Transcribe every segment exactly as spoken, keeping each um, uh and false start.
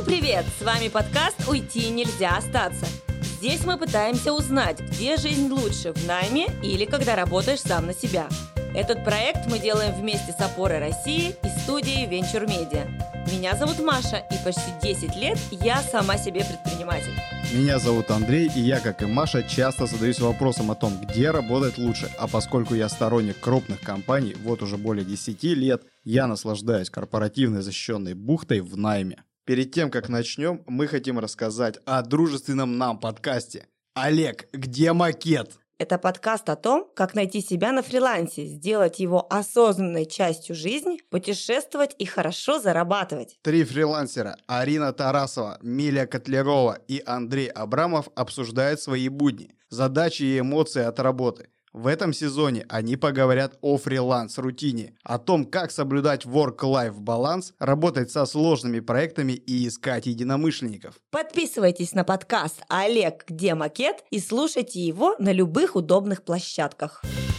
Всем привет! С вами подкаст «Уйти нельзя остаться». Здесь мы пытаемся узнать, где жизнь лучше, в найме или когда работаешь сам на себя. Этот проект мы делаем вместе с «Опорой России» и студией Venture Media. Меня зовут Маша, и почти десять лет я сама себе предприниматель. Меня зовут Андрей, и я, как и Маша, часто задаюсь вопросом о том, где работать лучше. А поскольку я сторонник крупных компаний, вот уже более десяти лет, я наслаждаюсь корпоративной защищенной бухтой в найме. Перед тем, как начнем, мы хотим рассказать о дружественном нам подкасте. Олег, где макет? Это подкаст о том, как найти себя на фрилансе, сделать его осознанной частью жизни, путешествовать и хорошо зарабатывать. Три фрилансера – Арина Тарасова, Миля Котлярова и Андрей Абрамов – обсуждают свои будни, задачи и эмоции от работы. В этом сезоне они поговорят о фриланс-рутине, о том, как соблюдать work-life баланс, работать со сложными проектами и искать единомышленников. Подписывайтесь на подкаст «Олег, где макет» и слушайте его на любых удобных площадках.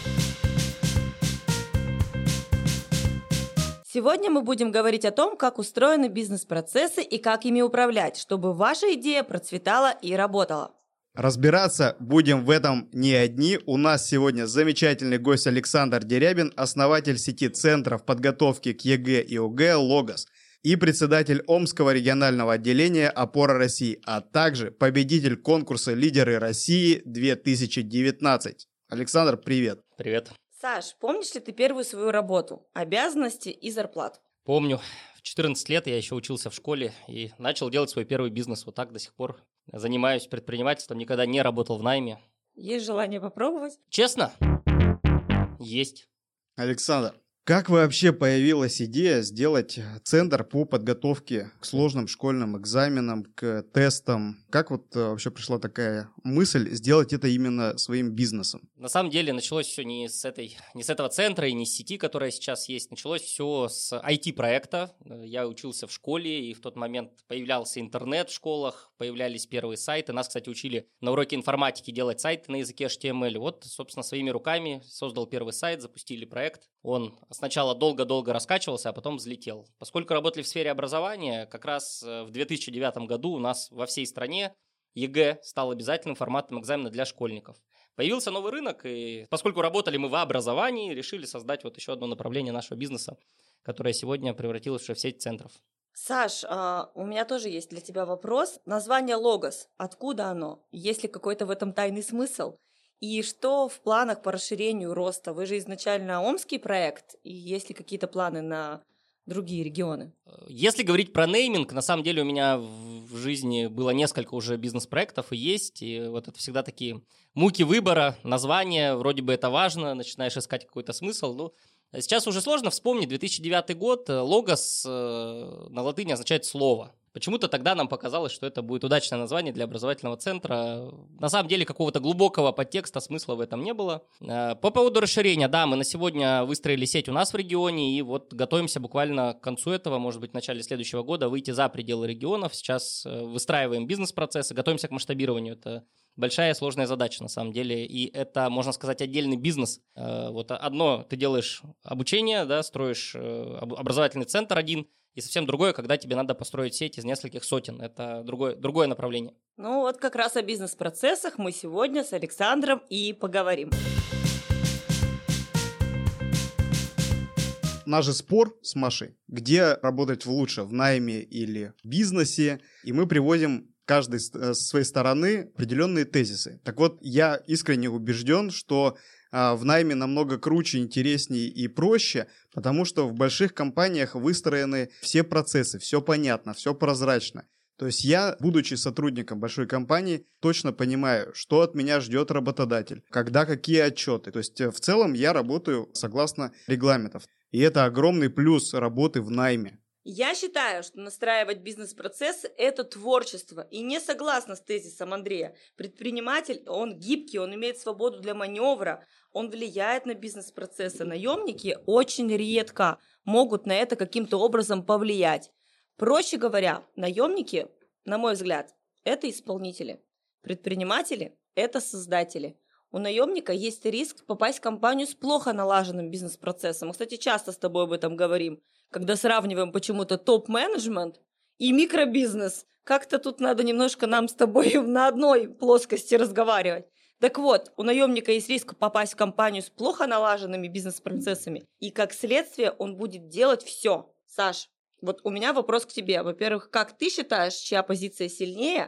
Сегодня мы будем говорить о том, как устроены бизнес-процессы и как ими управлять, чтобы ваша идея процветала и работала. Разбираться будем в этом не одни. У нас сегодня замечательный гость Александр Дерябин, основатель сети центров подготовки к ЕГЭ и ОГЭ «Логос» и председатель Омского регионального отделения «Опора России», а также победитель конкурса «Лидеры России две тысячи девятнадцать». Александр, привет. Привет. Саш, помнишь ли ты первую свою работу, обязанности и зарплату? Помню. В четырнадцать лет я еще учился в школе и начал делать свой первый бизнес. Вот так до сих пор занимаюсь предпринимательством, никогда не работал в найме. Есть желание попробовать? Честно? Есть. Александр, как вообще появилась идея сделать центр по подготовке к сложным школьным экзаменам, к тестам? Как вот вообще пришла такая мысль сделать это именно своим бизнесом? На самом деле началось все не с этой, не с этого центра и не с сети, которая сейчас есть. Началось все с ай ти-проекта. Я учился в школе, и в тот момент появлялся интернет в школах, появлялись первые сайты. Нас, кстати, учили на уроке информатики делать сайты на языке эйч ти эм эль. Вот, собственно, своими руками создал первый сайт, запустили проект. Он сначала долго-долго раскачивался, а потом взлетел. Поскольку работали в сфере образования, как раз в две тысячи девятом году у нас во всей стране ЕГЭ стал обязательным форматом экзамена для школьников. Появился новый рынок, и поскольку работали мы в образовании, решили создать вот еще одно направление нашего бизнеса, которое сегодня превратилось уже в сеть центров. Саш, а, у меня тоже есть для тебя вопрос. Название «Логос». Откуда оно? Есть ли какой-то в этом тайный смысл? И что в планах по расширению роста? Вы же изначально омский проект, и есть ли какие-то планы на другие регионы? Если говорить про нейминг, на самом деле у меня в жизни было несколько уже бизнес-проектов и есть, и вот это всегда такие муки выбора, название, вроде бы это важно, начинаешь искать какой-то смысл, ну, сейчас уже сложно вспомнить, две тысячи девятый год, логос э, на латыни означает «слово». Почему-то тогда нам показалось, что это будет удачное название для образовательного центра. На самом деле какого-то глубокого подтекста, смысла в этом не было. По поводу расширения, да, мы на сегодня выстроили сеть у нас в регионе и вот готовимся буквально к концу этого, может быть, в начале следующего года выйти за пределы регионов. Сейчас выстраиваем бизнес-процессы, готовимся к масштабированию. Это большая сложная задача на самом деле, и это, можно сказать, отдельный бизнес. Вот одно, ты делаешь обучение, да, строишь образовательный центр один, и совсем другое, когда тебе надо построить сеть из нескольких сотен. Это другое, другое направление. Ну вот как раз о бизнес-процессах мы сегодня с Александром и поговорим. Наш же спор с Машей, где работать лучше, в найме или в бизнесе, и мы приводим каждый с своей стороны определенные тезисы. Так вот, я искренне убежден, что в найме намного круче, интереснее и проще, потому что в больших компаниях выстроены все процессы, все понятно, все прозрачно. То есть я, будучи сотрудником большой компании, точно понимаю, что от меня ждет работодатель, когда какие отчеты. То есть в целом я работаю согласно регламентов. И это огромный плюс работы в найме. Я считаю, что настраивать бизнес-процессы – это творчество. И не согласна с тезисом Андрея. Предприниматель, он гибкий, он имеет свободу для маневра, он влияет на бизнес-процессы. Наемники очень редко могут на это каким-то образом повлиять. Проще говоря, наемники, на мой взгляд, это исполнители. Предприниматели – это создатели. У наемника есть риск попасть в компанию с плохо налаженным бизнес-процессом. Мы, кстати, часто с тобой об этом говорим, когда сравниваем почему-то топ-менеджмент и микробизнес. Как-то тут надо немножко нам с тобой на одной плоскости разговаривать. Так вот, у наемника есть риск попасть в компанию с плохо налаженными бизнес-процессами, и как следствие он будет делать все. Саш, вот у меня вопрос к тебе. Во-первых, как ты считаешь, чья позиция сильнее,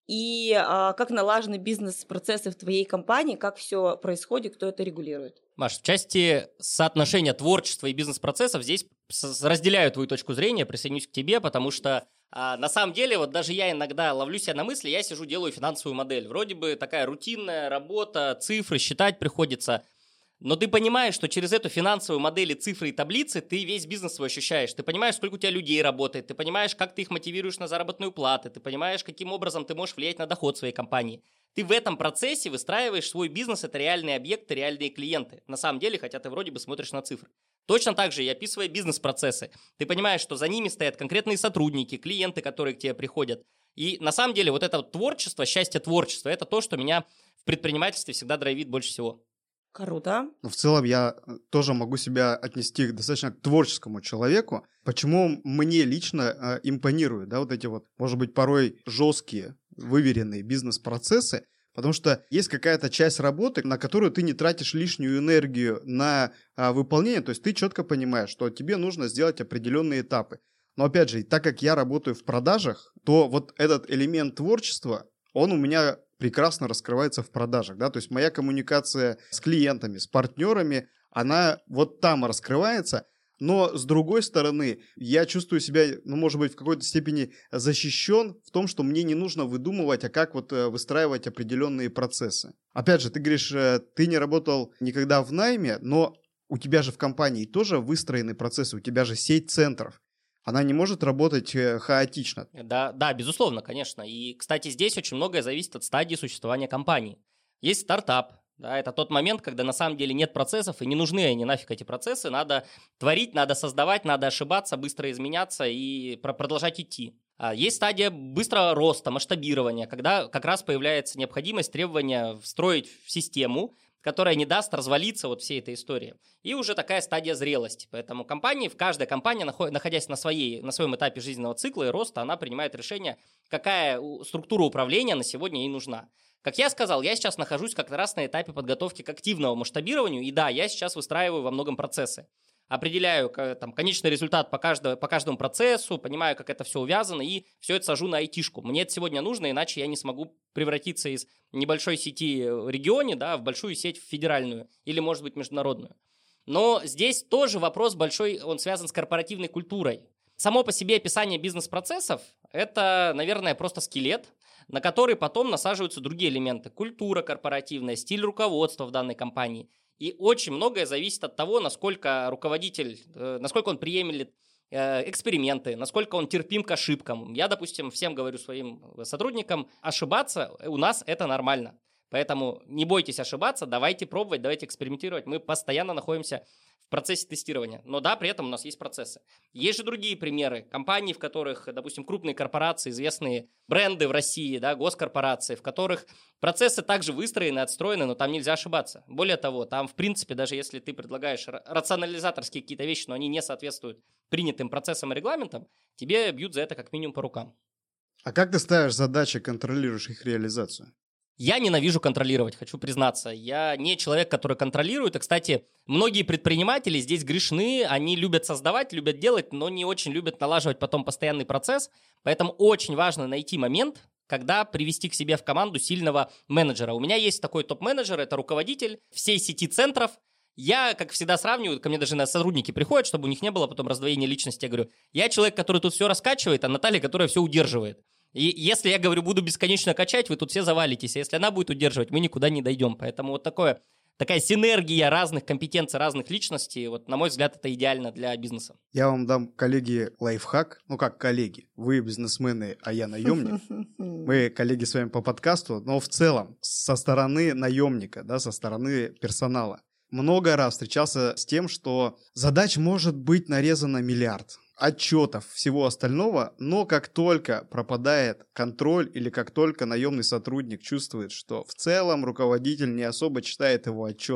и а, как налажены бизнес-процессы в твоей компании, как все происходит, кто это регулирует? Маш, в части соотношения творчества и бизнес-процессов здесь разделяю твою точку зрения, присоединюсь к тебе, потому что а, на самом деле вот даже я иногда ловлю себя на мысли, я сижу, делаю финансовую модель. Вроде бы такая рутинная работа, цифры считать приходится. Но ты понимаешь, что через эту финансовую модель и цифры и таблицы ты весь бизнес свой ощущаешь. Ты понимаешь, сколько у тебя людей работает, ты понимаешь, как ты их мотивируешь на заработную плату, ты понимаешь, каким образом ты можешь влиять на доход своей компании. Ты в этом процессе выстраиваешь свой бизнес, это реальные объекты, реальные клиенты. На самом деле, хотя ты вроде бы смотришь на цифры. Точно так же и описывая бизнес-процессы. Ты понимаешь, что за ними стоят конкретные сотрудники, клиенты, которые к тебе приходят. И на самом деле вот это вот творчество, счастье творчества, это то, что меня в предпринимательстве всегда драйвит больше всего. Круто. В целом я тоже могу себя отнести к достаточно к творческому человеку. Почему мне лично э, импонируют, да, вот эти вот, может быть, порой жесткие, выверенные бизнес-процессы, потому что есть какая-то часть работы, на которую ты не тратишь лишнюю энергию на а, выполнение, то есть ты четко понимаешь, что тебе нужно сделать определенные этапы. Но опять же, так как я работаю в продажах, то вот этот элемент творчества, он у меня прекрасно раскрывается в продажах, да, то есть моя коммуникация с клиентами, с партнерами, она вот там раскрывается, но с другой стороны, я чувствую себя, ну, может быть, в какой-то степени защищен в том, что мне не нужно выдумывать, а как вот выстраивать определенные процессы. Опять же, ты говоришь, ты не работал никогда в найме, но у тебя же в компании тоже выстроены процессы, у тебя же сеть центров. Она не может работать хаотично. Да, да, безусловно, конечно. И, кстати, здесь очень многое зависит от стадии существования компании. Есть стартап, да, это тот момент, когда на самом деле нет процессов, и не нужны они нафиг эти процессы. Надо творить, надо создавать, надо ошибаться, быстро изменяться и продолжать идти. Есть стадия быстрого роста, масштабирования, когда как раз появляется необходимость, требования встроить в систему, которая не даст развалиться вот всей этой истории. И уже такая стадия зрелости. Поэтому компании, в каждой компании, находясь на, своей, на своем этапе жизненного цикла и роста, она принимает решение, какая структура управления на сегодня ей нужна. Как я сказал, я сейчас нахожусь как раз на этапе подготовки к активному масштабированию, и да, я сейчас выстраиваю во многом процессы. Определяю там, конечный результат по каждому, по каждому процессу, понимаю, как это все увязано, и все это сажу на айтишку. Мне это сегодня нужно, иначе я не смогу превратиться из небольшой сети в регионе, да, в большую сеть в федеральную или, может быть, международную. Но здесь тоже вопрос большой, он связан с корпоративной культурой. Само по себе описание бизнес-процессов – это, наверное, просто скелет, на который потом насаживаются другие элементы. Культура корпоративная, стиль руководства в данной компании. И очень многое зависит от того, насколько руководитель, насколько он приемлет эксперименты, насколько он терпим к ошибкам. Я, допустим, всем говорю своим сотрудникам, ошибаться у нас это нормально. Поэтому не бойтесь ошибаться, давайте пробовать, давайте экспериментировать. Мы постоянно находимся в процессе тестирования. Но да, при этом у нас есть процессы. Есть же другие примеры. Компании, в которых, допустим, крупные корпорации, известные бренды в России, да, госкорпорации, в которых процессы также выстроены, отстроены, но там нельзя ошибаться. Более того, там, в принципе, даже если ты предлагаешь рационализаторские какие-то вещи, но они не соответствуют принятым процессам и регламентам, тебе бьют за это как минимум по рукам. А как ты ставишь задачи, контролируешь их реализацию? Я ненавижу контролировать, хочу признаться. Я не человек, который контролирует. И, кстати, многие предприниматели здесь грешны. Они любят создавать, любят делать, но не очень любят налаживать потом постоянный процесс. Поэтому очень важно найти момент, когда привести к себе в команду сильного менеджера. У меня есть такой топ-менеджер, это руководитель всей сети центров. Я, как всегда, сравниваю, ко мне даже на сотрудники приходят, чтобы у них не было потом раздвоения личности. Я говорю, я человек, который тут все раскачивает, а Наталья, которая все удерживает. И если я говорю, буду бесконечно качать, вы тут все завалитесь. А если она будет удерживать, мы никуда не дойдем. Поэтому вот такое, такая синергия разных компетенций, разных личностей, вот, на мой взгляд, это идеально для бизнеса. Я вам дам, коллеги, лайфхак. Ну как коллеги, вы бизнесмены, а я наемник. Мы коллеги с вами по подкасту, но в целом со стороны наемника, да, со стороны персонала. Много раз встречался с тем, что задач может быть нарезано миллиард. Отчетов, всего остального, но как только пропадает контроль или как только наемный сотрудник чувствует, что в целом руководитель не особо читает его отчеты,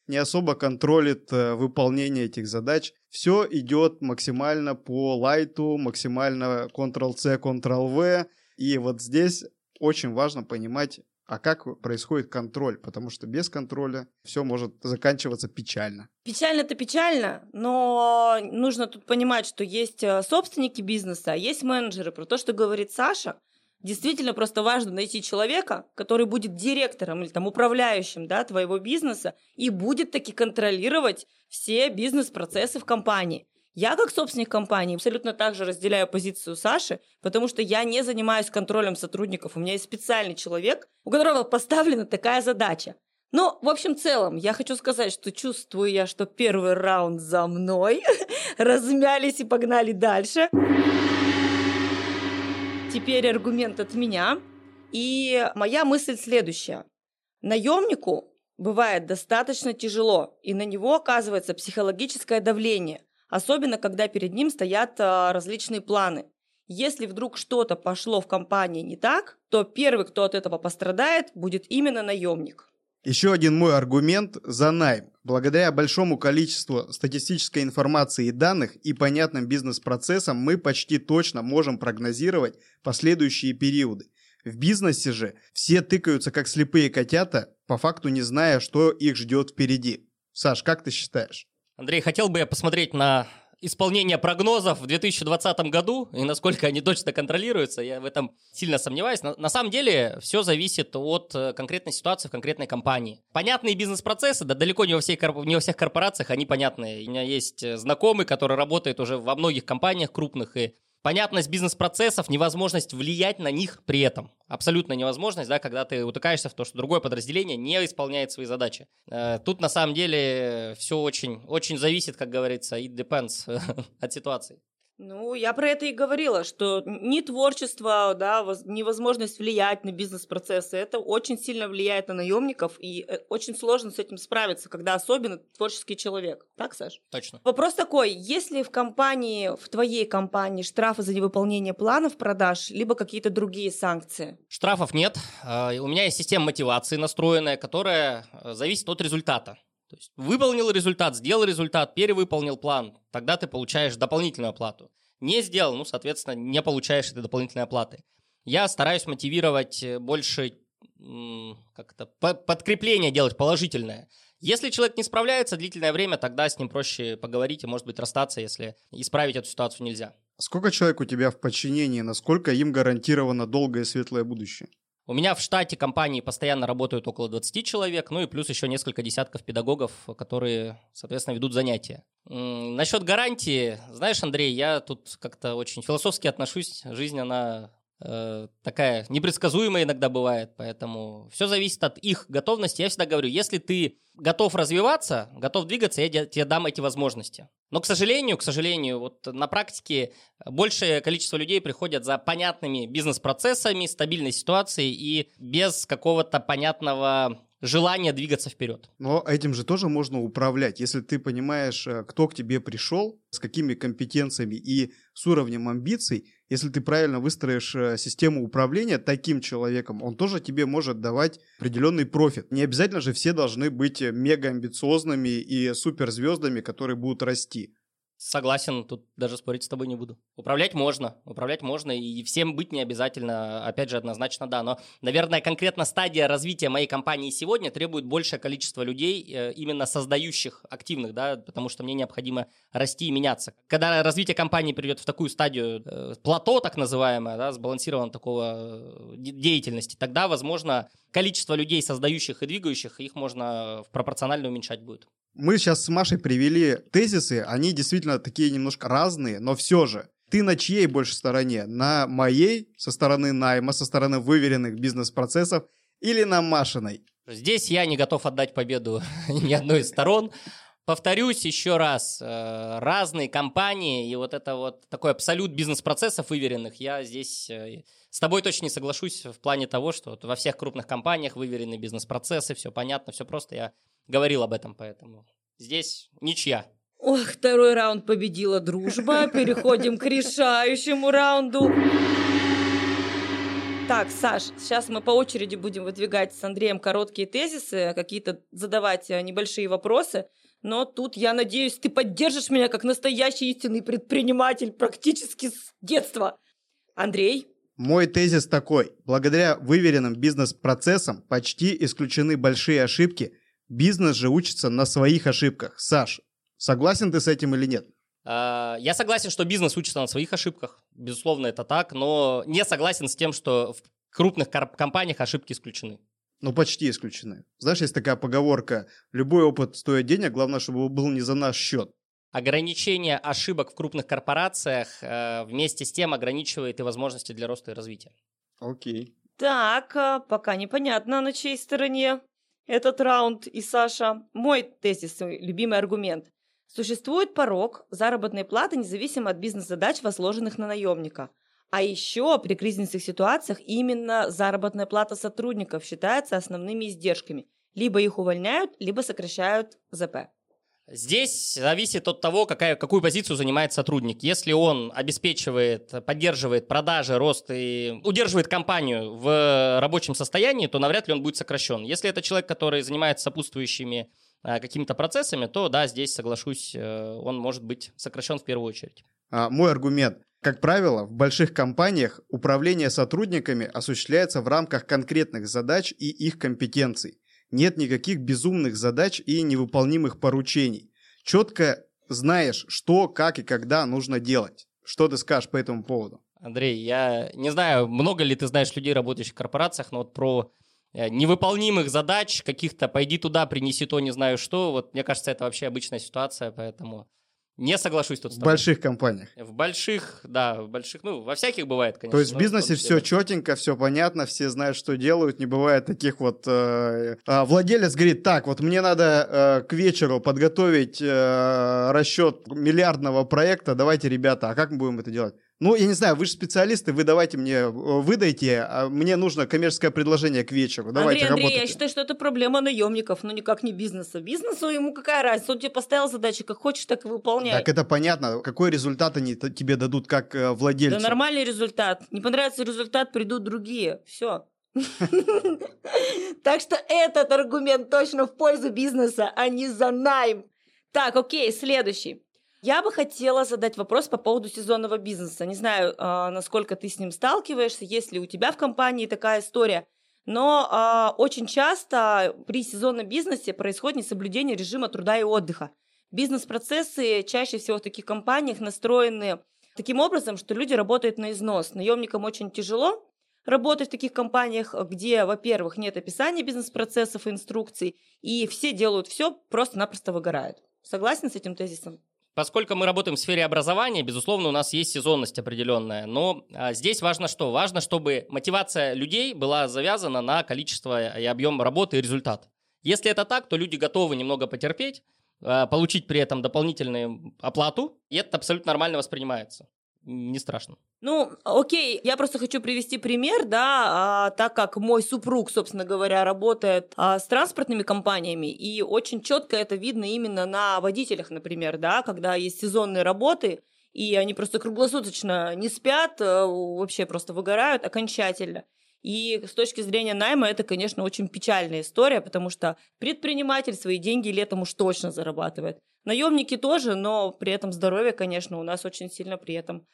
не особо контролит э, выполнение этих задач. Все идет максимально по лайту, максимально контрол-C, контрол-V. И вот здесь очень важно понимать, а как происходит контроль, потому что без контроля все может заканчиваться печально. Печально-то печально, но нужно тут понимать, что есть собственники бизнеса, а есть менеджеры. Про то, что говорит Саша, действительно просто важно найти человека, который будет директором или там управляющим, да, твоего бизнеса и будет таки контролировать все бизнес-процессы в компании. Я, как собственник компании, абсолютно также разделяю позицию Саши, потому что я не занимаюсь контролем сотрудников. У меня есть специальный человек, у которого поставлена такая задача. Но, в общем, в целом, я хочу сказать, что чувствую я, что первый раунд за мной. Размялись и погнали дальше. Теперь аргумент от меня. И моя мысль следующая. Наемнику бывает достаточно тяжело, и на него оказывается психологическое давление. Особенно, когда перед ним стоят а, различные планы. Если вдруг что-то пошло в компании не так, то первый, кто от этого пострадает, будет именно наемник. Еще один мой аргумент за найм. Благодаря большому количеству статистической информации и данных и понятным бизнес-процессам мы почти точно можем прогнозировать последующие периоды. В бизнесе же все тыкаются как слепые котята, по факту не зная, что их ждет впереди. Саш, как ты считаешь? Андрей, хотел бы я посмотреть на исполнение прогнозов в две тысячи двадцатом году и насколько они точно контролируются. Я в этом сильно сомневаюсь. На, на самом деле все зависит от конкретной ситуации в конкретной компании. Понятные бизнес-процессы, да далеко не во, всей, не во всех корпорациях они понятные. У меня есть знакомый, который работает уже во многих компаниях крупных, и понятность бизнес-процессов, невозможность влиять на них при этом. Абсолютно невозможность, да, когда ты утыкаешься в то, что другое подразделение не исполняет свои задачи. Тут на самом деле все очень, очень зависит, как говорится, it depends от ситуации. Ну, я про это и говорила, что ни творчество, да, невозможность влиять на бизнес-процессы, это очень сильно влияет на наемников, и очень сложно с этим справиться, когда особенно творческий человек. Так, Саш? Точно. Вопрос такой, есть ли в компании, в твоей компании штрафы за невыполнение планов продаж, либо какие-то другие санкции? Штрафов нет. У меня есть система мотивации настроенная, которая зависит от результата. То есть выполнил результат, сделал результат, перевыполнил план, тогда ты получаешь дополнительную оплату. Не сделал, ну, соответственно, не получаешь этой дополнительной оплаты. Я стараюсь мотивировать больше, как-то, подкрепление делать положительное. Если человек не справляется длительное время, тогда с ним проще поговорить и, может быть, расстаться, если исправить эту ситуацию нельзя. Сколько человек у тебя в подчинении, насколько им гарантировано долгое и светлое будущее? У меня в штате компании постоянно работают около двадцати человек, ну и плюс еще несколько десятков педагогов, которые, соответственно, ведут занятия. М-м, насчет гарантии, знаешь, Андрей, я тут как-то очень философски отношусь. Жизнь, она э, такая непредсказуемая иногда бывает, поэтому все зависит от их готовности. Я всегда говорю, если ты готов развиваться, готов двигаться, я тебе дам эти возможности. Но, к сожалению, к сожалению, вот на практике большее количество людей приходят за понятными бизнес-процессами, стабильной ситуацией и без какого-то понятного желания двигаться вперед. Но этим же тоже можно управлять. Если ты понимаешь, кто к тебе пришел, с какими компетенциями и с уровнем амбиций, если ты правильно выстроишь систему управления таким человеком, он тоже тебе может давать определенный профит. Не обязательно же все должны быть мега амбициозными и суперзвездами, которые будут расти. Согласен, тут даже спорить с тобой не буду. Управлять можно, управлять можно, и всем быть не обязательно, опять же, однозначно да. Но, наверное, конкретно стадия развития моей компании сегодня требует большее количество людей, именно создающих, активных, да, потому что мне необходимо расти и меняться. Когда развитие компании придет в такую стадию э, плато, так называемое, да, сбалансированного такого деятельности, тогда, возможно, количество людей, создающих и двигающих, их можно пропорционально уменьшать будет. Мы сейчас с Машей привели тезисы, они действительно такие немножко разные, но все же. Ты на чьей больше стороне? На моей, со стороны найма, со стороны выверенных бизнес-процессов, или на Машиной? Здесь я не готов отдать победу ни одной из сторон. Повторюсь еще раз, разные компании и вот это вот такой абсолют бизнес-процессов выверенных, я здесь с тобой точно не соглашусь в плане того, что во всех крупных компаниях выверенные бизнес-процессы, все понятно, все просто, я говорил об этом, поэтому здесь ничья. Ох, второй раунд победила дружба, переходим к решающему раунду. Так, Саш, сейчас мы по очереди будем выдвигать с Андреем короткие тезисы, какие-то задавать небольшие вопросы, но тут, я надеюсь, ты поддержишь меня как настоящий истинный предприниматель практически с детства. Андрей? Мой тезис такой. Благодаря выверенным бизнес-процессам почти исключены большие ошибки. Бизнес же учится на своих ошибках. Саш, согласен ты с этим или нет? Я согласен, что бизнес учится на своих ошибках. Безусловно, это так, но не согласен с тем, что в крупных компаниях ошибки исключены. Ну, почти исключены. Знаешь, есть такая поговорка: любой опыт стоит денег, главное, чтобы был не за наш счет. Ограничение ошибок в крупных корпорациях э, вместе с тем ограничивает и возможности для роста и развития. Окей. Так, пока непонятно, на чьей стороне этот раунд и Саша. Мой тезис, любимый аргумент. Существует порог заработной платы независимо от бизнес-задач, возложенных на наемника. А еще при кризисных ситуациях именно заработная плата сотрудников считается основными издержками. Либо их увольняют, либо сокращают ЗП. Здесь зависит от того, какая, какую позицию занимает сотрудник. Если он обеспечивает, поддерживает продажи, рост и удерживает компанию в рабочем состоянии, то навряд ли он будет сокращен. Если это человек, который занимается сопутствующими а, какими-то процессами, то да, здесь соглашусь, он может быть сокращен в первую очередь. А, мой аргумент. Как правило, в больших компаниях управление сотрудниками осуществляется в рамках конкретных задач и их компетенций. Нет никаких безумных задач и невыполнимых поручений. Четко знаешь, что, как и когда нужно делать. Что ты скажешь по этому поводу? Андрей, я не знаю, много ли ты знаешь людей, работающих в корпорациях, но вот про невыполнимых задач, каких-то «пойди туда, принеси то, не знаю что», вот мне кажется, это вообще обычная ситуация, поэтому... Не соглашусь тут с тобой. В больших компаниях. В больших, да, в больших, ну, во всяких бывает, конечно. То есть в бизнесе все четенько, все понятно, все знают, что делают, не бывает таких вот... Э, э, владелец говорит: так, вот мне надо э, к вечеру подготовить э, расчет миллиардного проекта, давайте, ребята, а как мы будем это делать? Ну, я не знаю, вы же специалисты, вы давайте мне, выдайте, а мне нужно коммерческое предложение к вечеру, давайте Андрей, Андрей, работайте. я считаю, что это проблема наемников, но никак не бизнеса. Бизнесу ему какая разница, он тебе поставил задачи, как хочешь, так и выполняй. Так это понятно, какой результат они тебе дадут как э, владельцу? Да нормальный результат, не понравится результат, придут другие, все. Так что этот аргумент точно в пользу бизнеса, а не за найм. Так, окей, следующий. Я бы хотела задать вопрос по поводу сезонного бизнеса. Не знаю, насколько ты с ним сталкиваешься, есть ли у тебя в компании такая история, но очень часто при сезонном бизнесе происходит несоблюдение режима труда и отдыха. Бизнес-процессы чаще всего в таких компаниях настроены таким образом, что люди работают на износ. Наемникам очень тяжело работать в таких компаниях, где, во-первых, нет описания бизнес-процессов и инструкций, и все делают все, просто-напросто выгорают. Согласен с этим тезисом? Поскольку мы работаем в сфере образования, безусловно, у нас есть сезонность определенная, но а, здесь важно что? Важно, чтобы мотивация людей была завязана на количество и объем работы и результат. Если это так, то люди готовы немного потерпеть, а, получить при этом дополнительную оплату, и это абсолютно нормально воспринимается. Не страшно. Ну, окей, я просто хочу привести пример, да, а, так как мой супруг, собственно говоря, работает а, с транспортными компаниями, и очень четко это видно именно на водителях, например, да, когда есть сезонные работы, и они просто круглосуточно не спят, а, вообще просто выгорают окончательно. И с точки зрения найма это, конечно, очень печальная история, потому что предприниматель свои деньги летом уж точно зарабатывает. Наемники тоже, но при этом здоровье, конечно, у нас очень сильно при этом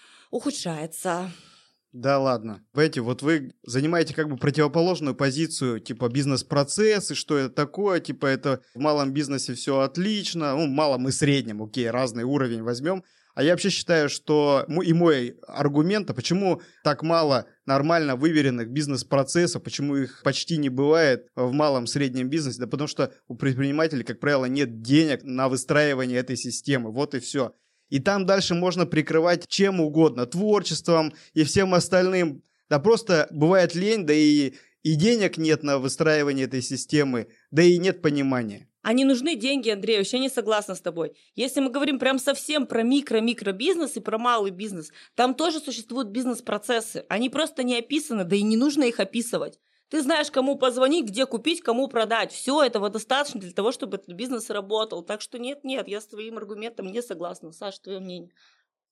ухудшается. Да ладно. Понимаете, вот вы занимаете как бы противоположную позицию, типа бизнес-процессы, что это такое, типа это в малом бизнесе все отлично, ну, в малом и среднем, окей, разный уровень возьмем. А я вообще считаю, что и мой аргумент, а почему так мало нормально выверенных бизнес-процессов, почему их почти не бывает в малом среднем бизнесе, да потому что у предпринимателей, как правило, нет денег на выстраивание этой системы, вот и все. И там дальше можно прикрывать чем угодно, творчеством и всем остальным. Да просто бывает лень, да и, и денег нет на выстраивание этой системы, да и нет понимания. А не нужны деньги, Андрей, вообще не согласна с тобой. Если мы говорим прям совсем про микро-микробизнес и про малый бизнес, там тоже существуют бизнес-процессы. Они просто не описаны, да и не нужно их описывать. Ты знаешь, кому позвонить, где купить, кому продать. Все этого достаточно для того, чтобы этот бизнес работал. Так что нет-нет, я с твоим аргументом не согласна. Саша, твое мнение?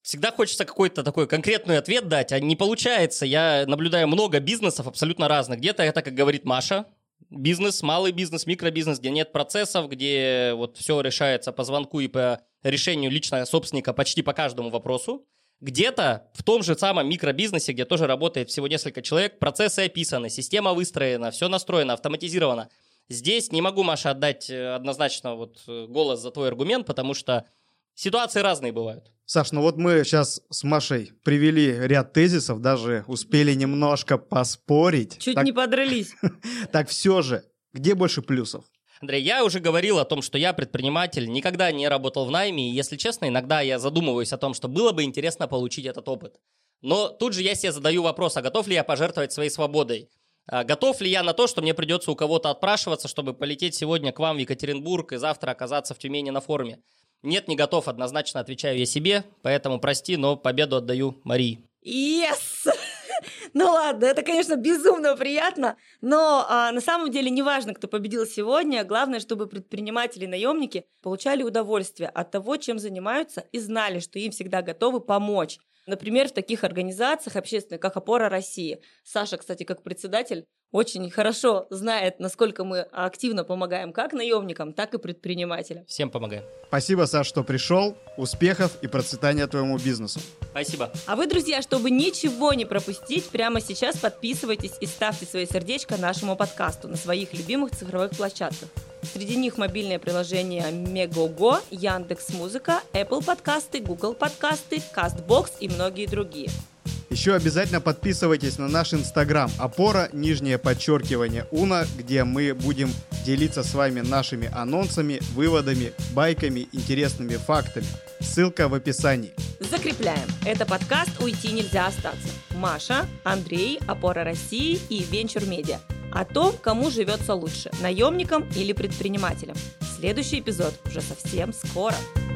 всегда хочется какой-то такой конкретный ответ дать, а не получается. Я наблюдаю много бизнесов абсолютно разных. Где-то это, как говорит Маша, бизнес, малый бизнес, микробизнес, где нет процессов, где вот все решается по звонку и по решению личного собственника почти по каждому вопросу. Где-то в том же самом микробизнесе, где тоже работает всего несколько человек, процессы описаны, система выстроена, все настроено, автоматизировано. Здесь не могу, Маша, отдать однозначно вот голос за твой аргумент, потому что ситуации разные бывают. Саш, ну вот мы сейчас с Машей привели ряд тезисов, даже успели немножко поспорить. Чуть так, не подрались. Так все же, где больше плюсов? Андрей, я уже говорил о том, что я предприниматель, никогда не работал в найме, и, если честно, иногда я задумываюсь о том, что было бы интересно получить этот опыт. Но тут же я себе задаю вопрос, а готов ли я пожертвовать своей свободой? А готов ли я на то, что мне придется у кого-то отпрашиваться, чтобы полететь сегодня к вам в Екатеринбург и завтра оказаться в Тюмени на форуме? Нет, не готов, однозначно отвечаю я себе, поэтому прости, но победу отдаю Марии. Yes! Ну ладно, это, конечно, безумно приятно, но а, на самом деле не важно, кто победил сегодня. Главное, чтобы предприниматели и наемники получали удовольствие от того, чем занимаются, и знали, что им всегда готовы помочь. Например, в таких организациях общественных, как «Опора России». Саша, кстати, как председатель, очень хорошо знает, насколько мы активно помогаем как наемникам, так и предпринимателям. Всем помогаем. Спасибо, Саш, что пришел. Успехов и процветания твоему бизнесу. Спасибо. А вы, друзья, чтобы ничего не пропустить, прямо сейчас подписывайтесь и ставьте свои сердечко нашему подкасту на своих любимых цифровых площадках. Среди них мобильное приложение Мегого, Яндекс.Музыка, Apple подкасты, Google подкасты, Castbox и многие другие. Еще обязательно подписывайтесь на наш инстаграм опора, нижнее подчеркивание уна, где мы будем делиться с вами нашими анонсами, выводами, байками, интересными фактами. Ссылка в описании. Закрепляем. Это подкаст «Уйти нельзя остаться». Маша, Андрей, Опора России и Venture Media. О том, кому живется лучше – наемникам или предпринимателям. Следующий эпизод уже совсем скоро.